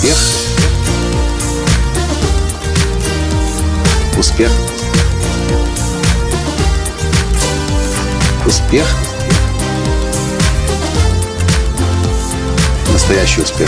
Успех. Успех. Успех. Настоящий успех.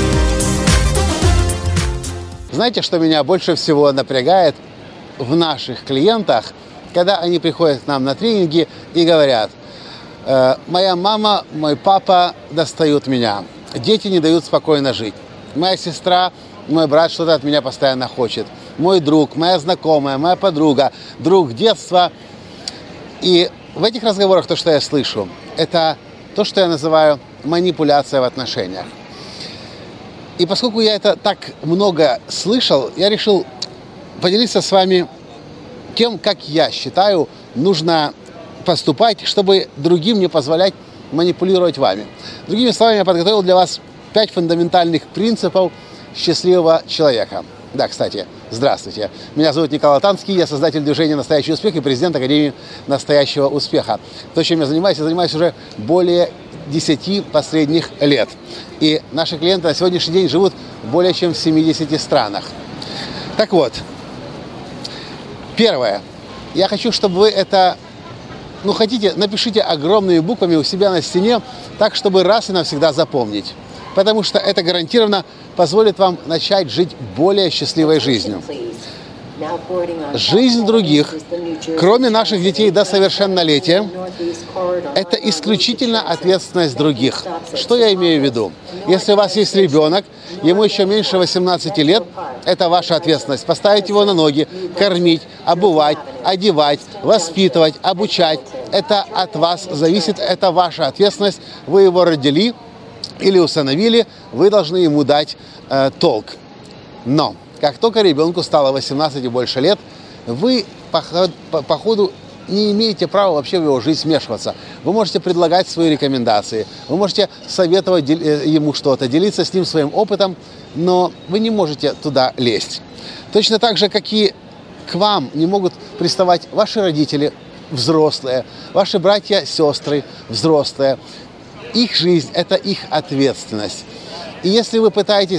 Знаете, что меня больше всего напрягает в наших клиентах, когда они приходят к нам на тренинги и говорят: моя мама, мой папа достают меня, дети не дают спокойно жить, моя сестра, мой брат что-то от меня постоянно хочет, мой друг, моя знакомая, моя подруга, друг детства. И в этих разговорах то, что я слышу, это то, что я называю манипуляция в отношениях. И поскольку я это так много слышал, я решил поделиться с вами тем, как я считаю, нужно поступать, чтобы другим не позволять манипулировать вами. Другими словами, я подготовил для вас 5 фундаментальных принципов счастливого человека. Да, кстати, здравствуйте. Меня зовут Николай Танский, я создатель движения «Настоящий успех» и президент Академии «Настоящего успеха». То, чем я занимаюсь уже более 10 последних лет. И наши клиенты на сегодняшний день живут более чем в 70 странах. Так вот, первое. Я хочу, чтобы вы это, хотите, напишите огромными буквами у себя на стене, так, чтобы раз и навсегда запомнить. Потому что это гарантированно позволит вам начать жить более счастливой жизнью. Жизнь других, кроме наших детей до совершеннолетия, это исключительно ответственность других. Что я имею в виду? Если у вас есть ребенок, ему еще меньше 18 лет, это ваша ответственность. Поставить его на ноги, кормить, обувать, одевать, воспитывать, обучать. Это от вас зависит, это ваша ответственность. Вы его родили или усыновили, вы должны ему дать толк. Но как только ребенку стало 18 и больше лет, вы по ходу не имеете права вообще в его жизнь вмешиваться. Вы можете предлагать свои рекомендации, вы можете советовать ему что-то, делиться с ним своим опытом, но вы не можете туда лезть. Точно так же, как и к вам не могут приставать ваши родители взрослые, ваши братья, сестры взрослые. Их жизнь – это их ответственность. И если вы пытаетесь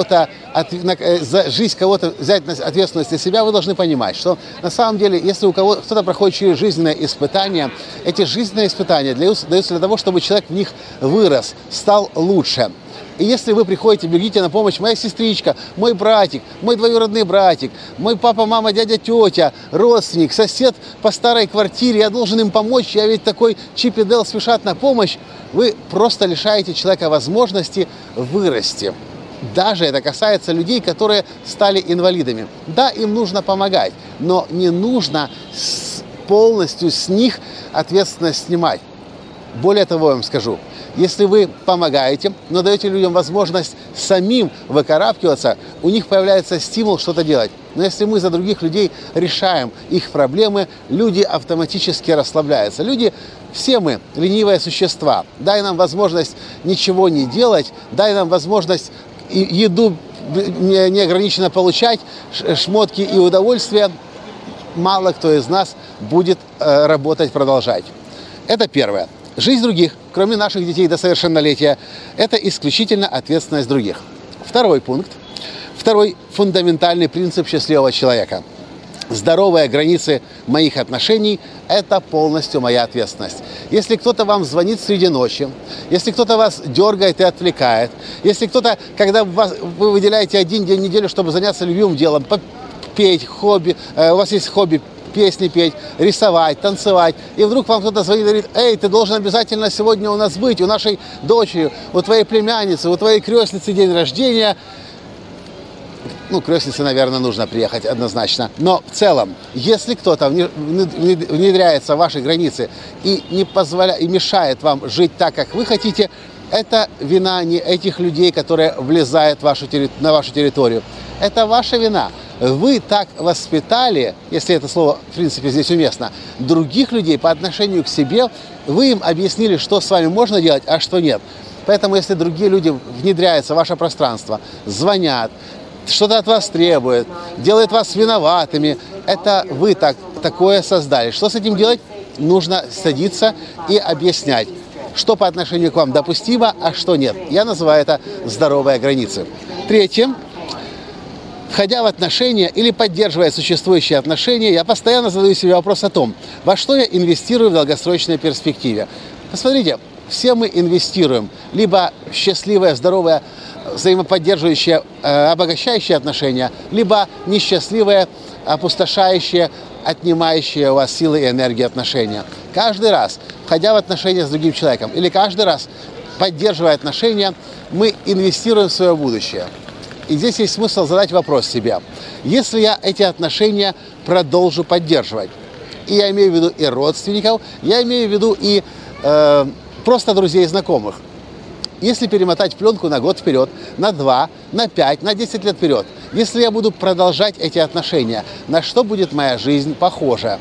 за жизнь кого-то взять ответственность на себя, вы должны понимать, что на самом деле, если кто-то проходит через жизненные испытания, эти жизненные испытания даются для того, чтобы человек в них вырос, стал лучше. И если вы приходите, бегите на помощь: моя сестричка, мой братик, мой двоюродный братик, мой папа, мама, дядя, тетя, родственник, сосед по старой квартире, я должен им помочь, я ведь такой Чип и Дейл спешат на помощь, вы просто лишаете человека возможности вырасти. Даже это касается людей, которые стали инвалидами. Да, им нужно помогать, но не нужно полностью с них ответственность снимать. Более того, я вам скажу, если вы помогаете, но даете людям возможность самим выкарабкиваться, у них появляется стимул что-то делать. Но если мы за других людей решаем их проблемы, люди автоматически расслабляются. Все мы ленивые существа. Дай нам возможность ничего не делать, дай нам возможность еду неограниченно получать, шмотки и удовольствия. Мало кто из нас будет работать, продолжать. Это первое. Жизнь других, кроме наших детей до совершеннолетия, это исключительно ответственность других. Второй пункт, второй фундаментальный принцип счастливого человека. Здоровые границы моих отношений – это полностью моя ответственность. Если кто-то вам звонит среди ночи, если кто-то вас дергает и отвлекает, если кто-то, когда вы выделяете один день в неделю, чтобы заняться любимым делом, петь, хобби, у вас есть хобби, песни петь, рисовать, танцевать. И вдруг вам кто-то звонит и говорит: эй, ты должен обязательно сегодня у нас быть, у нашей дочери, у твоей племянницы, у твоей крестницы день рождения. Крестнице, наверное, нужно приехать однозначно. Но в целом, если кто-то внедряется в ваши границы и и мешает вам жить так, как вы хотите, это вина не этих людей, которые влезают на вашу территорию. Это ваша вина. Вы так воспитали, если это слово, в принципе, здесь уместно, других людей по отношению к себе, вы им объяснили, что с вами можно делать, а что нет. Поэтому, если другие люди внедряются в ваше пространство, звонят, что-то от вас требуют, делают вас виноватыми, это вы такое создали. Что с этим делать? Нужно садиться и объяснять, что по отношению к вам допустимо, а что нет. Я называю это здоровые границы. Третье. Входя в отношения или поддерживая существующие отношения, я постоянно задаю себе вопрос о том, во что я инвестирую в долгосрочной перспективе. Посмотрите, все мы инвестируем либо в счастливое, здоровое, взаимоподдерживающее, обогащающее отношения, либо несчастливое, опустошающее, отнимающее у вас силы и энергии отношения. Каждый раз, входя в отношения с другим человеком, или каждый раз, поддерживая отношения, мы инвестируем в свое будущее. И здесь есть смысл задать вопрос себе. Если я эти отношения продолжу поддерживать, и я имею в виду и родственников, я имею в виду и просто друзей и знакомых. Если перемотать пленку на год вперед, на 2, на 5, на 10 лет вперед, если я буду продолжать эти отношения, на что будет моя жизнь похожа?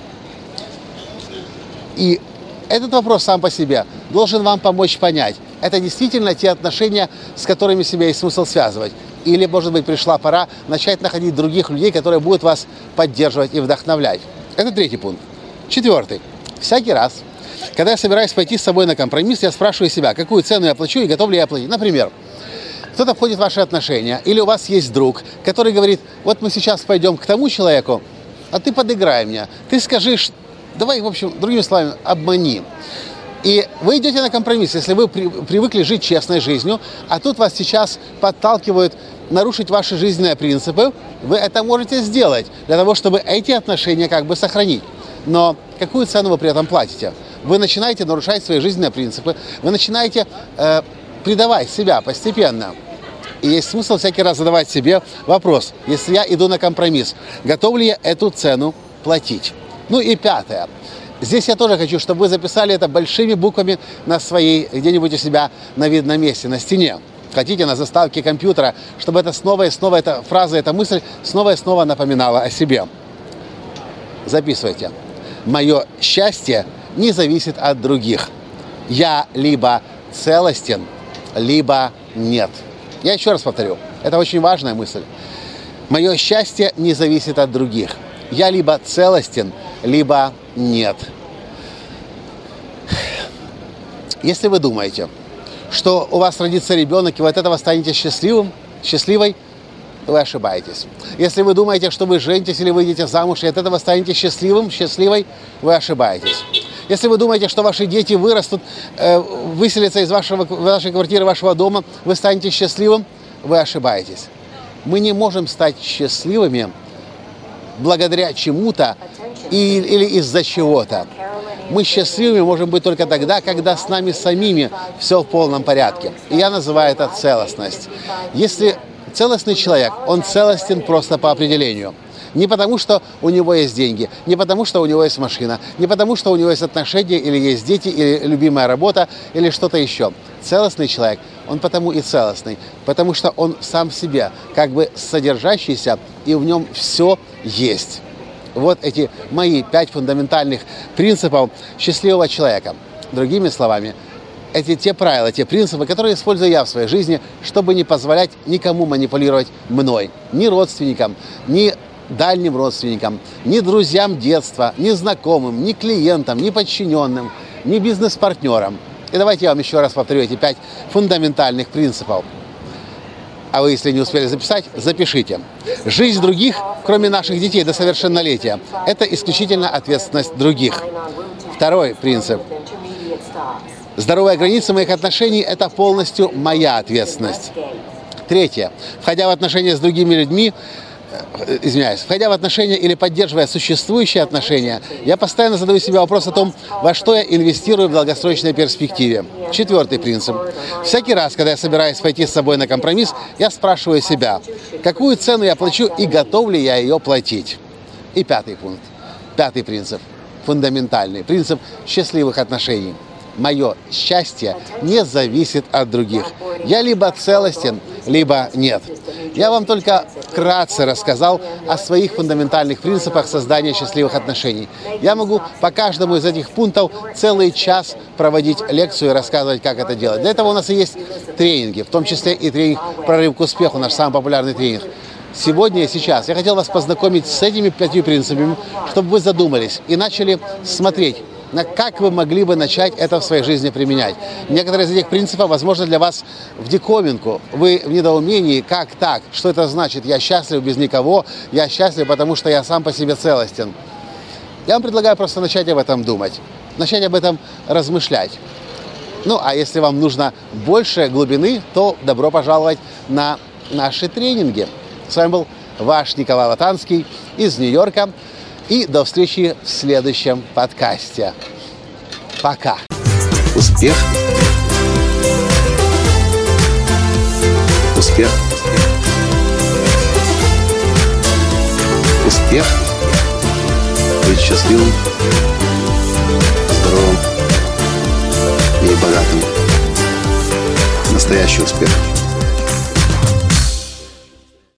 И этот вопрос сам по себе должен вам помочь понять, это действительно те отношения, с которыми себя есть смысл связывать. Или, может быть, пришла пора начать находить других людей, которые будут вас поддерживать и вдохновлять. Это третий пункт. Четвертый. Всякий раз, когда я собираюсь пойти с собой на компромисс, я спрашиваю себя, какую цену я плачу и готов ли я платить. Например, кто-то входит в ваши отношения, или у вас есть друг, который говорит, вот мы сейчас пойдем к тому человеку, а ты подыграй мне, ты скажи, давай, в общем, другими словами, обмани. И вы идете на компромисс, если вы привыкли жить честной жизнью, а тут вас сейчас подталкивают нарушить ваши жизненные принципы, вы это можете сделать для того, чтобы эти отношения как бы сохранить. Но какую цену вы при этом платите? Вы начинаете нарушать свои жизненные принципы, вы начинаете предавать себя постепенно. И есть смысл всякий раз задавать себе вопрос, если я иду на компромисс, готов ли я эту цену платить? Ну и пятое. Здесь я тоже хочу, чтобы вы записали это большими буквами на своей, где-нибудь у себя на видном месте, на стене. Хотите, на заставке компьютера, чтобы это снова и снова, эта фраза, эта мысль снова и снова напоминала о себе. Записывайте. Мое счастье не зависит от других. Я либо целостен, либо нет. Я еще раз повторю. Это очень важная мысль. Мое счастье не зависит от других. Я либо целостен, либо нет. Если вы думаете, что у вас родится ребенок, и вы от этого станете счастливой, вы ошибаетесь. Если вы думаете, что вы женитесь или выйдете замуж, и от этого станете счастливой, вы ошибаетесь. Если вы думаете, что ваши дети вырастут, выселятся из вашей квартиры, вашего дома, вы станете счастливым, вы ошибаетесь. Мы не можем стать счастливыми благодаря чему-то или из-за чего-то. Мы счастливыми можем быть только тогда, когда с нами самими все в полном порядке. И я называю это целостность. Если целостный человек, он целостен просто по определению. Не потому, что у него есть деньги, не потому, что у него есть машина, не потому, что у него есть отношения, или есть дети, или любимая работа, или что-то еще. Целостный человек, он потому и целостный, потому что он сам в себе, как бы содержащийся, и в нем все есть. Вот эти мои 5 фундаментальных принципов счастливого человека. Другими словами, это те правила, те принципы, которые использую я в своей жизни, чтобы не позволять никому манипулировать мной. Ни родственникам, ни дальним родственникам, ни друзьям детства, ни знакомым, ни клиентам, ни подчиненным, ни бизнес-партнерам. И давайте я вам еще раз повторю эти 5 фундаментальных принципов. А вы, если не успели записать, запишите. Жизнь других, кроме наших детей до совершеннолетия, это исключительно ответственность других. Второй принцип. Здоровая граница моих отношений – это полностью моя ответственность. Третье. Входя в отношения с другими людьми, входя в отношения или поддерживая существующие отношения, я постоянно задаю себе вопрос о том, во что я инвестирую в долгосрочной перспективе. Четвертый принцип. Всякий раз, когда я собираюсь пойти с собой на компромисс, я спрашиваю себя, какую цену я плачу и готов ли я ее платить. И пятый пункт. Пятый принцип. Фундаментальный принцип счастливых отношений. Мое счастье не зависит от других. Я либо целостен, либо нет. Я вам только вкратце рассказал о своих фундаментальных принципах создания счастливых отношений. Я могу по каждому из этих пунктов целый час проводить лекцию и рассказывать, как это делать. Для этого у нас и есть тренинги, в том числе и тренинг «Прорыв к успеху», наш самый популярный тренинг. Сегодня и сейчас я хотел вас познакомить с этими 5 принципами, чтобы вы задумались и начали смотреть, как вы могли бы начать это в своей жизни применять. Некоторые из этих принципов, возможно, для вас в диковинку. Вы в недоумении, как так? Что это значит? Я счастлив без никого, я счастлив, потому что я сам по себе целостен. Я вам предлагаю просто начать об этом думать, начать об этом размышлять. Ну, а если вам нужно больше глубины, то добро пожаловать на наши тренинги. С вами был ваш Николай Латанский из Нью-Йорка. И до встречи в следующем подкасте. Пока. Успех. Успех. Успех. Быть счастливым, здоровым и богатым. Настоящий успех.